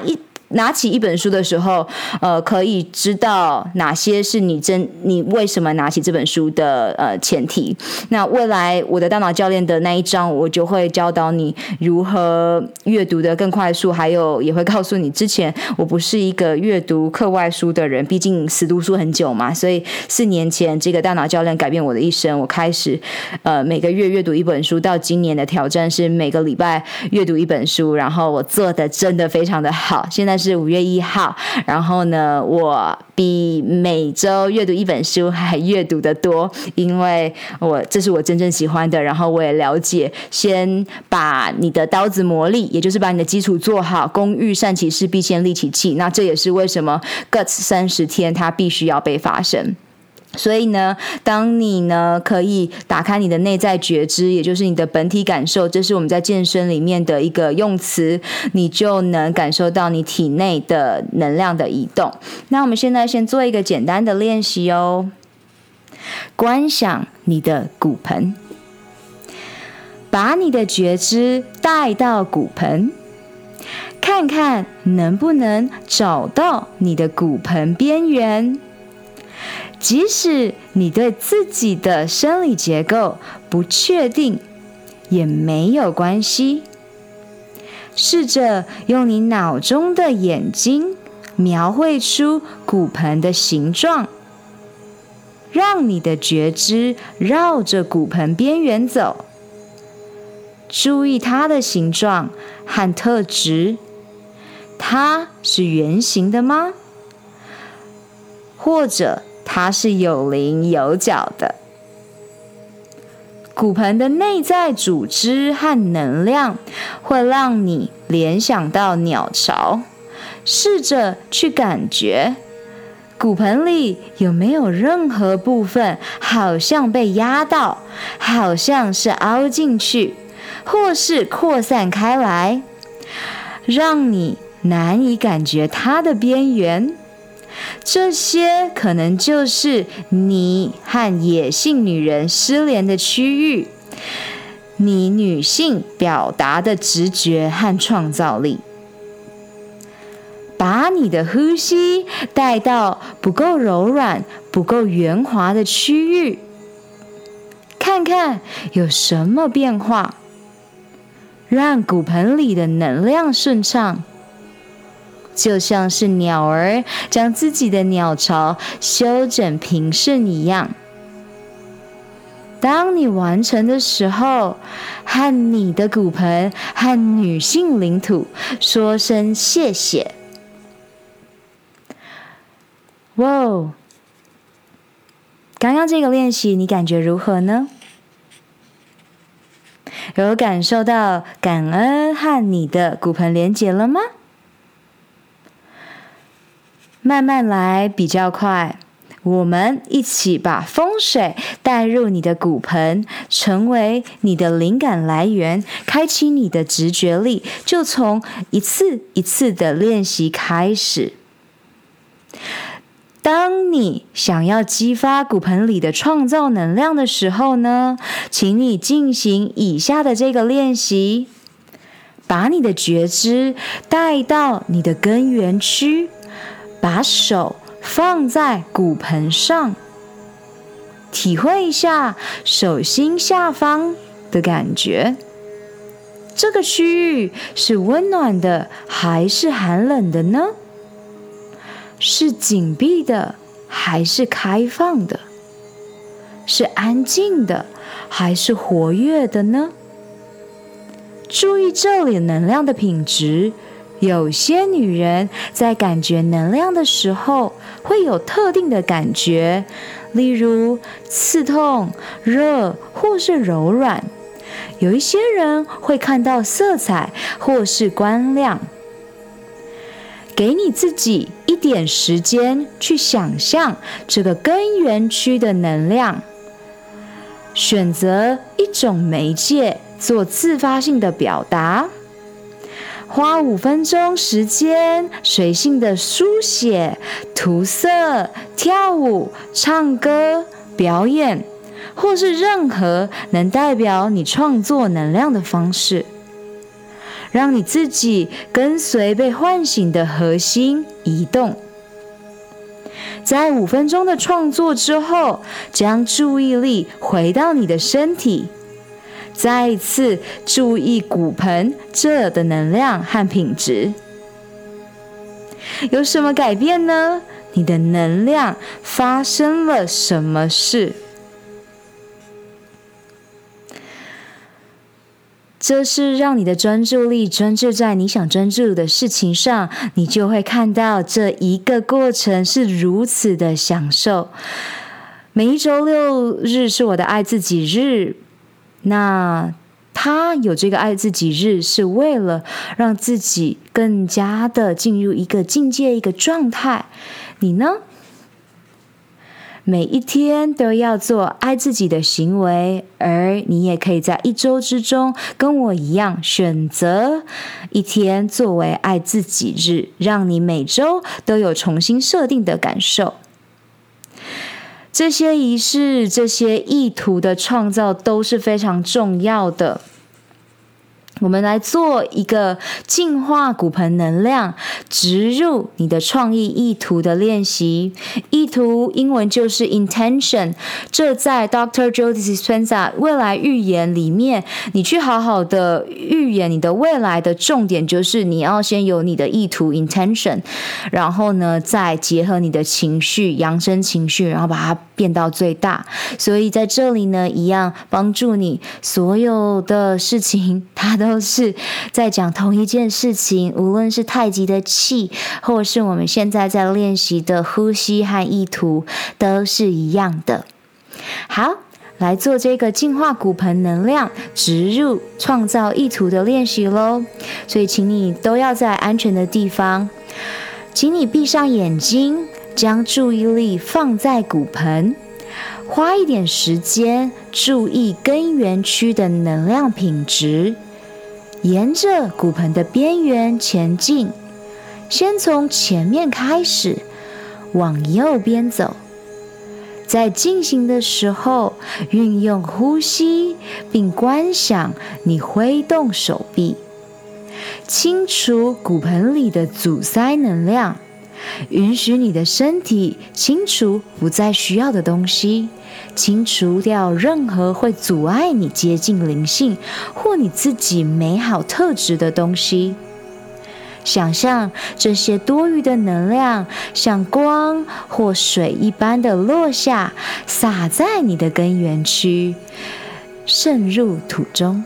拿起一本书的时候，呃，可以知道哪些是你真你为什么拿起这本书的呃前提。那未来我的大脑教练的那一章，我就会教导你如何阅读的更快速，还有也会告诉你，之前我不是一个阅读课外书的人，毕竟死读书很久嘛，所以四年前这个大脑教练改变我的一生，我开始呃每个月阅读一本书，到今年的挑战是每个礼拜阅读一本书，然后我做的真的非常的好。现在是五月一号，然后呢，我比每周阅读一本书还阅读的多，因为我这是我真正喜欢的，然后我也了解，先把你的刀子磨利，也就是把你的基础做好，工欲善其事，必先利其器。那这也是为什么 Guts 三十天它必须要被发生。所以呢，当你呢可以打开你的内在觉知，也就是你的本体感受，这是我们在健身里面的一个用词，你就能感受到你体内的能量的移动。那我们现在先做一个简单的练习哦，观想你的骨盆，把你的觉知带到骨盆，看看能不能找到你的骨盆边缘。即使你对自己的生理结构不确定，也没有关系。试着用你脑中的眼睛描绘出骨盆的形状，让你的觉知绕着骨盆边缘走，注意它的形状和特质。它是圆形的吗？或者它是有棱有角的？骨盆的内在组织和能量会让你联想到鸟巢，试着去感觉骨盆里有没有任何部分好像被压到，好像是凹进去，或是扩散开来，让你难以感觉它的边缘。这些可能就是你和野性女人失联的区域，你女性表达的直觉和创造力。把你的呼吸带到不够柔软、不够圆滑的区域，看看有什么变化，让骨盆里的能量顺畅，就像是鸟儿将自己的鸟巢修整平顺一样。当你完成的时候，和你的骨盆和女性领土说声谢谢。哇哦！刚刚这个练习你感觉如何呢？有感受到感恩和你的骨盆连结了吗？慢慢来比较快，我们一起把风水带入你的骨盆，成为你的灵感来源，开启你的直觉力，就从一次一次的练习开始。当你想要激发骨盆里的创造能量的时候呢，请你进行以下的这个练习，把你的觉知带到你的根源区，把手放在骨盆上，体会一下手心下方的感觉。这个区域是温暖的还是寒冷的呢？是紧闭的还是开放的？是安静的还是活跃的呢？注意这里能量的品质。有些女人在感觉能量的时候会有特定的感觉，例如刺痛、热或是柔软。有一些人会看到色彩或是光亮。给你自己一点时间去想象这个根源区的能量，选择一种媒介做自发性的表达。花五分钟时间，随性的书写、涂色、跳舞、唱歌、表演，或是任何能代表你创作能量的方式。 让你自己跟随被唤醒的核心移动。在五分钟的创作之后，将注意力回到你的身体，再一次注意骨盆这的能量和品质。有什么改变呢？你的能量发生了什么事？这是让你的专注力专注在你想专注的事情上，你就会看到这一个过程是如此的享受。每一周六日是我的爱自己日，那他有这个爱自己日是为了让自己更加的进入一个境界，一个状态。你呢？每一天都要做爱自己的行为，而你也可以在一周之中跟我一样选择一天作为爱自己日，让你每周都有重新设定的感受。这些仪式，这些意图的创造都是非常重要的。我们来做一个净化骨盆能量，植入你的创意意图的练习。意图英文就是 intention， 这在 Doctor Joe Dispenza 未来预言里面，你去好好的预言你的未来的重点就是你要先有你的意图 intention， 然后呢再结合你的情绪，扬升情绪，然后把它变到最大。所以在这里呢，一样帮助你所有的事情，它都都是在讲同一件事情，无论是太极的气，或者是我们现在在练习的呼吸和意图，都是一样的。好，来做这个净化骨盆能量、植入创造意图的练习咯。所以请你都要在安全的地方，请你闭上眼睛，将注意力放在骨盆，花一点时间注意根源区的能量品质，沿着骨盆的边缘前进，先从前面开始，往右边走。在进行的时候，运用呼吸，并观想你挥动手臂，清除骨盆里的阻塞能量，允许你的身体清除不再需要的东西，清除掉任何会阻碍你接近灵性或你自己美好特质的东西。想象这些多余的能量像光或水一般的落下，洒在你的根源区，渗入土中。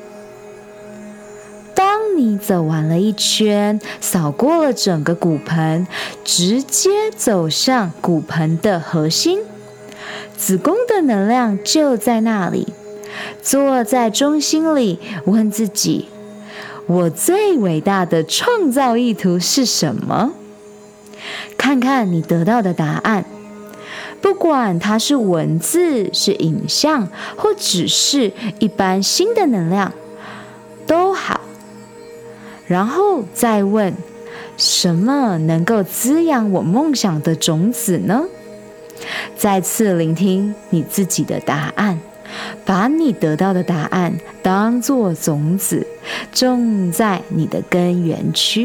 当你走完了一圈，扫过了整个骨盆，直接走向骨盆的核心，子宫的能量就在那里。坐在中心里，问自己，我最伟大的创造意图是什么？看看你得到的答案，不管它是文字、是影像，或只是一般新的能量，都好。然后再问，什么能够滋养我梦想的种子呢？再次聆听你自己的答案，把你得到的答案当作种子，种在你的根源区。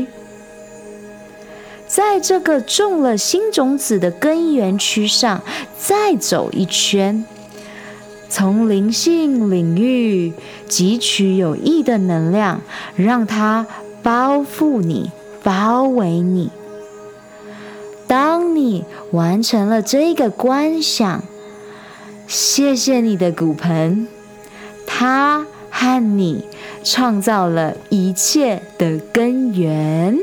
在这个种了新种子的根源区上，再走一圈，从灵性领域汲取有益的能量，让它包覆你，包围你。当你完成了这个观想，谢谢你的骨盆，它和你创造了一切的根源。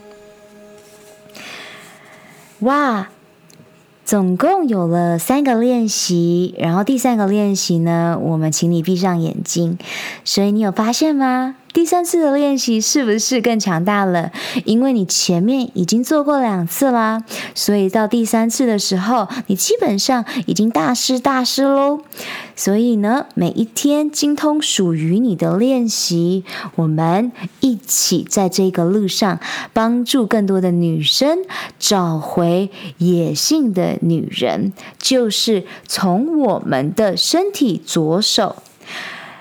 哇，总共有了三个练习，然后第三个练习呢，我们请你闭上眼睛。所以你有发现吗？第三次的练习是不是更强大了？因为你前面已经做过两次啦，所以到第三次的时候，你基本上已经大师大师咯。所以呢，每一天精通属于你的练习，我们一起在这个路上帮助更多的女生找回野性的女人，就是从我们的身体着手。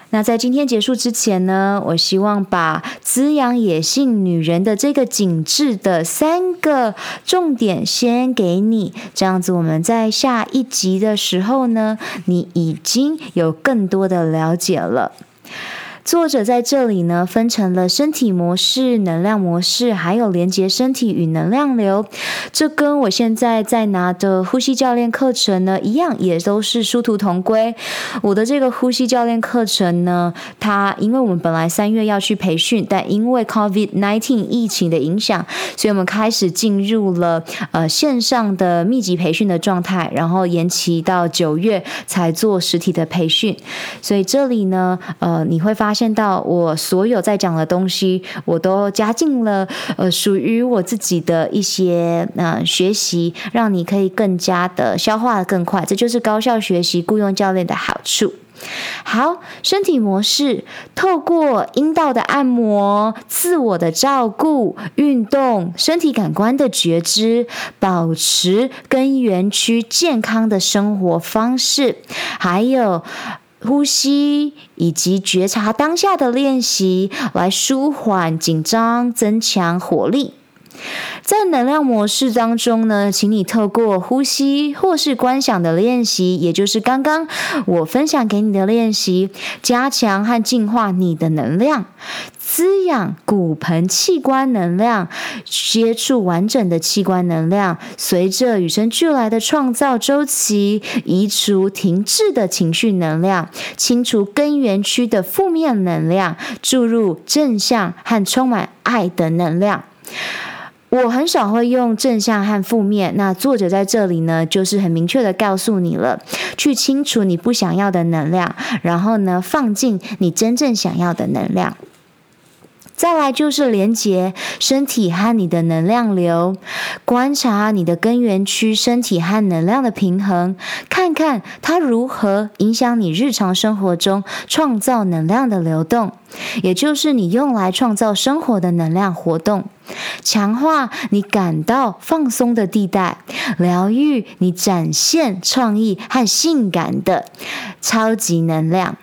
那在今天结束之前呢，我希望把滋养野性女人的这个紧致的三个重点先给你，这样子我们在下一集的时候呢，你已经有更多的了解了。作者在这里呢，分成了身体模式、能量模式，还有连接身体与能量流。这跟我现在在拿的呼吸教练课程呢一样，也都是殊途同归。我的这个呼吸教练课程呢，它因为我们本来三月要去培训，但因为 COVID 十九 疫情的影响，所以我们开始进入了呃线上的密集培训的状态，然后延期到九月才做实体的培训。所以这里呢，呃，你会发现。现到我所有在讲的东西，我都加进了呃属于我自己的一些呃学习，让你可以更加的消化的更快，这就是高效学习雇佣教练的好处。好，身体模式，透过阴道的按摩、自我的照顾、运动、身体感官的觉知，保持根源区健康的生活方式，还有呼吸以及觉察当下的练习，来舒缓紧张，增强活力。在能量模式当中呢，请你透过呼吸或是观想的练习，也就是刚刚我分享给你的练习，加强和净化你的能量，滋养骨盆器官能量，接触完整的器官能量，随着与生俱来的创造周期，移除停滞的情绪能量，清除根源区的负面能量，注入正向和充满爱的能量。我很少会用正向和负面，那作者在这里呢，就是很明确的告诉你了，去清除你不想要的能量，然后呢，放进你真正想要的能量。再来就是连结身体和你的能量流，观察你的根源区身体和能量的平衡，看看它如何影响你日常生活中创造能量的流动，也就是你用来创造生活的能量活动，强化你感到放松的地带，疗愈你展现创意和性感的超级能量。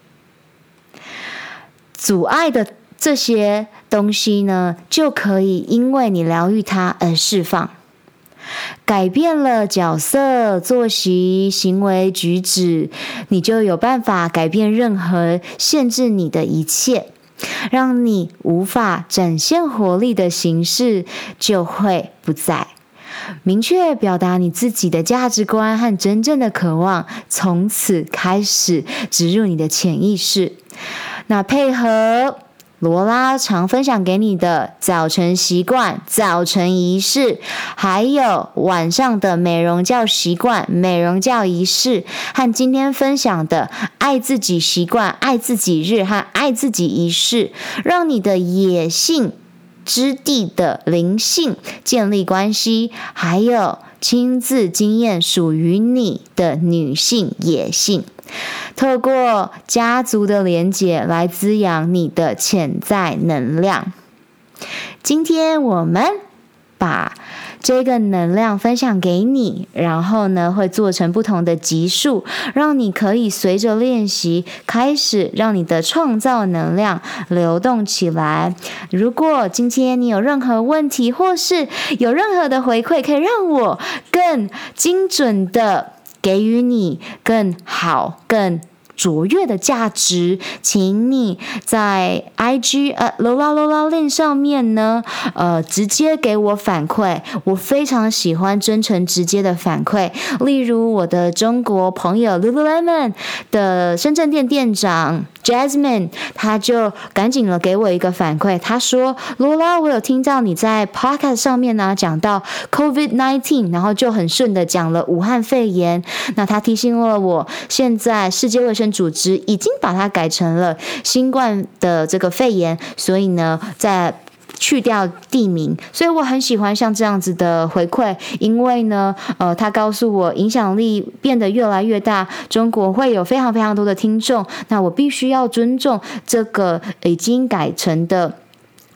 阻碍的这些东西呢，就可以因为你疗愈它而释放。改变了角色、作息、行为举止，你就有办法改变任何限制你的一切，让你无法展现活力的形式就会不在。明确表达你自己的价值观和真正的渴望，从此开始植入你的潜意识。那配合罗拉常分享给你的早晨习惯、早晨仪式，还有晚上的美容觉习惯、美容觉仪式，和今天分享的爱自己习惯、爱自己日和爱自己仪式，让你的野性之地的灵性建立关系，还有亲自经验属于你的女性野性，透过家族的连结来滋养你的潜在能量。今天我们把这个能量分享给你，然后呢会做成不同的级数，让你可以随着练习开始让你的创造能量流动起来。如果今天你有任何问题，或是有任何的回馈，可以让我更精准的给予你更好更卓越的价值，请你在 I G 呃 Lola Lola Lin 上面呢，呃直接给我反馈，我非常喜欢真诚直接的反馈。例如我的中国朋友 Lululemon 的深圳店店长 Jasmine， 他就赶紧了给我一个反馈，他说 Lola， 我有听到你在 Podcast 上面呢讲到 COVID 十九， 然后就很顺的讲了武汉肺炎，那他提醒了我，现在世界卫生组织已经把它改成了新冠的这个肺炎，所以呢在去掉地名，所以我很喜欢像这样子的回馈，因为呢呃他告诉我影响力变得越来越大，中国会有非常非常多的听众，那我必须要尊重这个已经改成的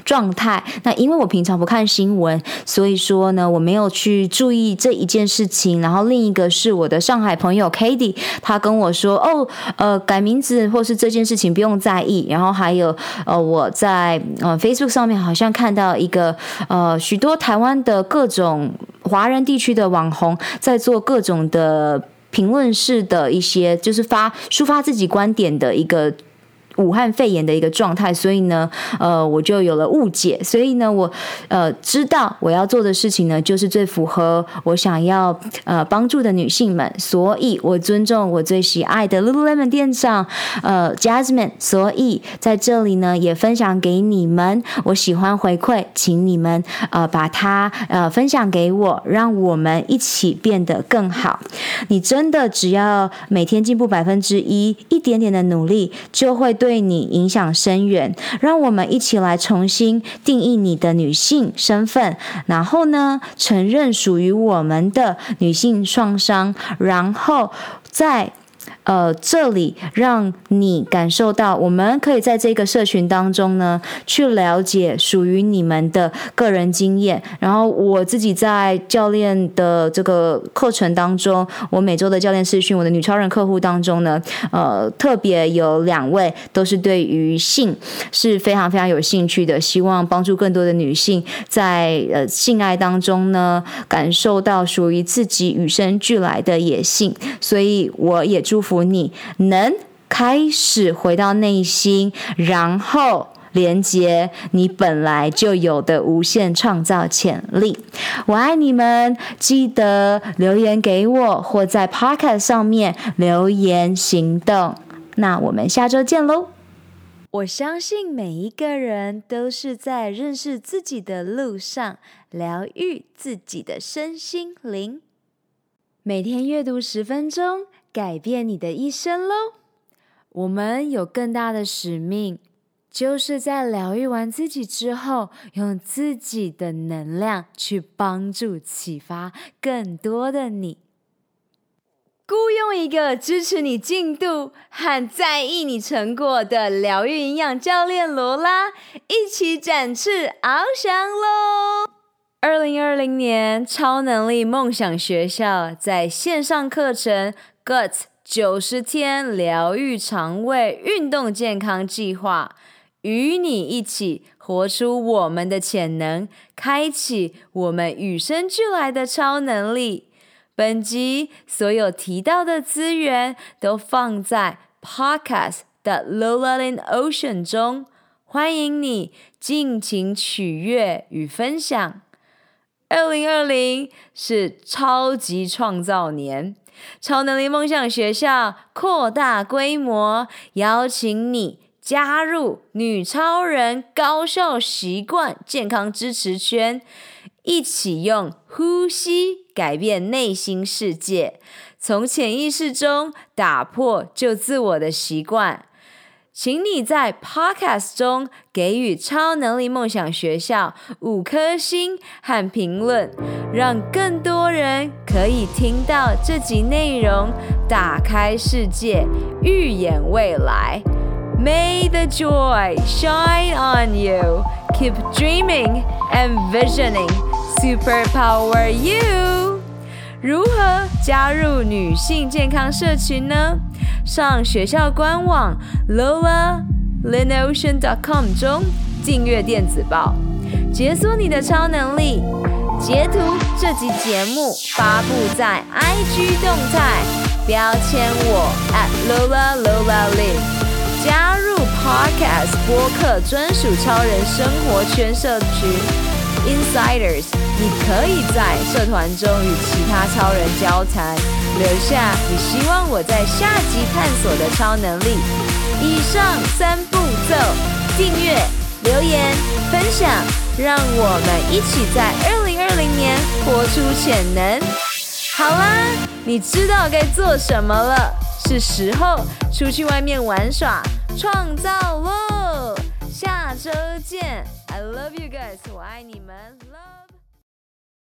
状态。那因为我平常不看新闻，所以说呢我没有去注意这一件事情。然后另一个是我的上海朋友 Katie， 她跟我说哦呃改名字或是这件事情不用在意。然后还有呃我在呃 Facebook 上面好像看到一个呃许多台湾的各种华人地区的网红在做各种的评论式的一些就是发抒发自己观点的一个武汉肺炎的一个状态，所以呢呃我就有了误解。所以呢我呃知道我要做的事情呢就是最符合我想要呃帮助的女性们，所以我尊重我最喜爱的 Lululemon 店长呃 Jasmine， 所以在这里呢也分享给你们。我喜欢回馈，请你们呃把它呃分享给我，让我们一起变得更好。你真的只要每天进步百分之一，一点点的努力就会对你影响深远。让我们一起来重新定义你的女性身份，然后呢承认属于我们的女性创伤，然后在呃，这里让你感受到我们可以在这个社群当中呢去了解属于你们的个人经验。然后我自己在教练的这个课程当中，我每周的教练视讯，我的女超人客户当中呢呃，特别有两位都是对于性是非常非常有兴趣的，希望帮助更多的女性在呃性爱当中呢感受到属于自己与生俱来的野性。所以我也祝福你能开始回到内心，然后连接你本来就有的无限创造潜力。我爱你们，记得留言给我，或在 Podcast 上面留言行动。那我们下周见喽！我相信每一个人都是在认识自己的路上，疗愈自己的身心灵。每天阅读十分钟，改变你的一生咯。我们有更大的使命，就是在疗愈完自己之后，用自己的能量去帮助启发更多的你。雇佣一个支持你进度和在意你成果的疗愈营养教练罗拉，一起展翅翱翔咯。二零二零年超能力梦想学校在线上课程 Guts 九十天疗愈肠胃运动健康计划，与你一起活出我们的潜能，开启我们与生俱来的超能力。本集所有提到的资源都放在 Podcast 的 Lola in Ocean 中，欢迎你尽情取悦与分享。二零二零是超级创造年，超能力梦想学校扩大规模，邀请你加入女超人高效习惯健康支持圈，一起用呼吸改变内心世界，从潜意识中打破旧自我的习惯。请你在 Podcast 中给予超能力梦想学校五颗星和评论，让更多人可以听到这集内容，打开世界，预演未来。May the joy shine on you. Keep dreaming and visioning. Superpower you. 如何加入女性健康社群呢？上学校官网 lola in ocean dot com 中订阅电子报，解锁你的超能力。截图这集节目发布在 I G 动态，标签我 at lola lola live， 加入 Podcast 播客专属超人生活圈社群 Insiders， 你可以在社团中与其他超人交谈，留下你希望我在下集探索的超能力。以上三步骤：订阅、留言、分享，让我们一起在二零二零年活出潜能。好啦，你知道该做什么了，是时候出去外面玩耍创造咯。下周见，I love you guys， 我爱你们 ，Love。